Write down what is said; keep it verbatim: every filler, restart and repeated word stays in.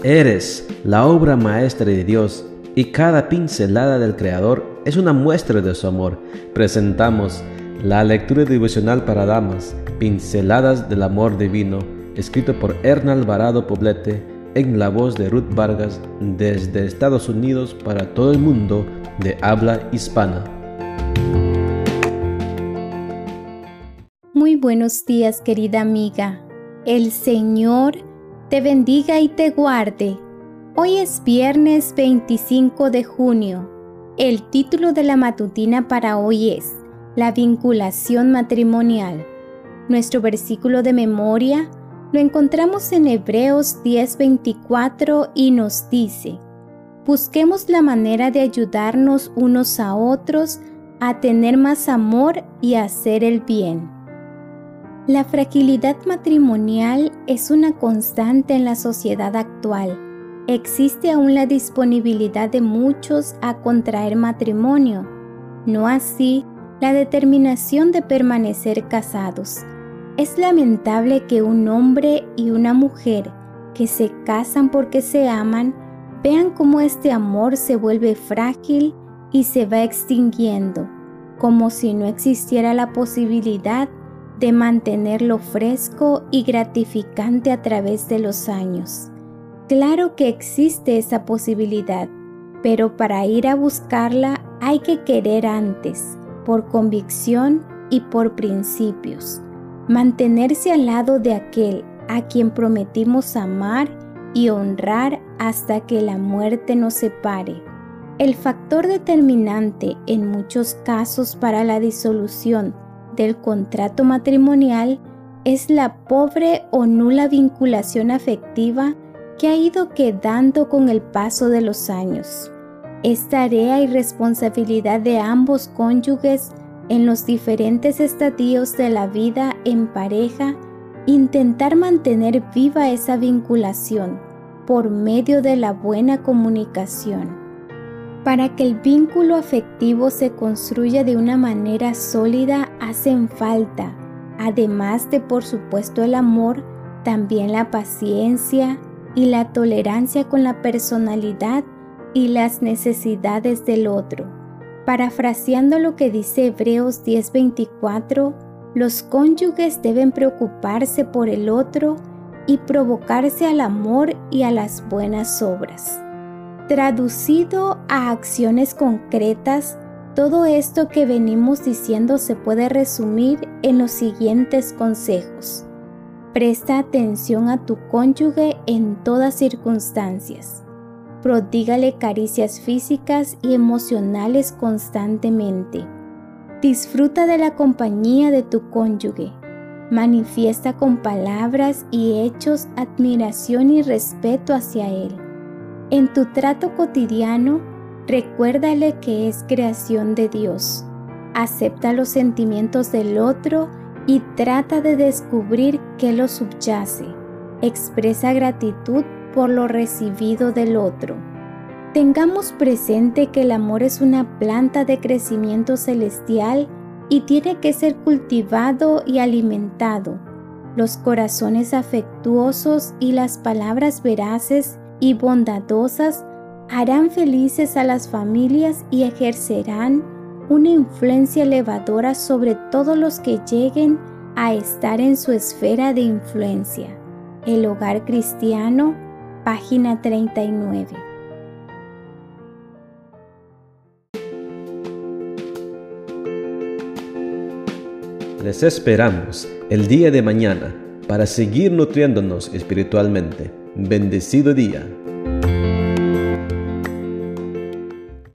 Eres la obra maestra de Dios y cada pincelada del Creador es una muestra de su amor. Presentamos la lectura devocional para damas, Pinceladas del Amor Divino, escrito por Erna Alvarado Poblete, en la voz de Ruth Vargas, desde Estados Unidos para todo el mundo de habla hispana. Muy buenos días, querida amiga. El Señor te bendiga y te guarde. Hoy es viernes veinticinco de junio. El título de la matutina para hoy es La vinculación matrimonial. Nuestro versículo de memoria lo encontramos en Hebreos diez veinticuatro y nos dice: busquemos la manera de ayudarnos unos a otros a tener más amor y a hacer el bien. La fragilidad matrimonial es una constante en la sociedad actual. Existe aún la disponibilidad de muchos a contraer matrimonio, no así la determinación de permanecer casados. Es lamentable que un hombre y una mujer que se casan porque se aman vean cómo este amor se vuelve frágil y se va extinguiendo, como si no existiera la posibilidad de mantenerlo fresco y gratificante a través de los años. Claro que existe esa posibilidad, pero para ir a buscarla hay que querer antes, por convicción y por principios. Mantenerse al lado de aquel a quien prometimos amar y honrar hasta que la muerte nos separe. El factor determinante en muchos casos para la disolución del contrato matrimonial es la pobre o nula vinculación afectiva que ha ido quedando con el paso de los años. Es tarea y responsabilidad de ambos cónyuges en los diferentes estadios de la vida en pareja intentar mantener viva esa vinculación por medio de la buena comunicación. Para que el vínculo afectivo se construya de una manera sólida hacen falta, además de por supuesto el amor, también la paciencia y la tolerancia con la personalidad y las necesidades del otro. Parafraseando lo que dice Hebreos diez veinticuatro, los cónyuges deben preocuparse por el otro y provocarse al amor y a las buenas obras. Traducido a acciones concretas, todo esto que venimos diciendo se puede resumir en los siguientes consejos. Presta atención a tu cónyuge en todas circunstancias. Prodígale caricias físicas y emocionales constantemente. Disfruta de la compañía de tu cónyuge. Manifiesta con palabras y hechos admiración y respeto hacia él. En tu trato cotidiano, recuérdale que es creación de Dios. Acepta los sentimientos del otro y trata de descubrir qué lo subyace. Expresa gratitud por lo recibido del otro. Tengamos presente que el amor es una planta de crecimiento celestial y tiene que ser cultivado y alimentado. Los corazones afectuosos y las palabras veraces y bondadosas harán felices a las familias y ejercerán una influencia elevadora sobre todos los que lleguen a estar en su esfera de influencia. El Hogar Cristiano, página treinta y nueve. Les esperamos el día de mañana para seguir nutriéndonos espiritualmente. Bendecido día.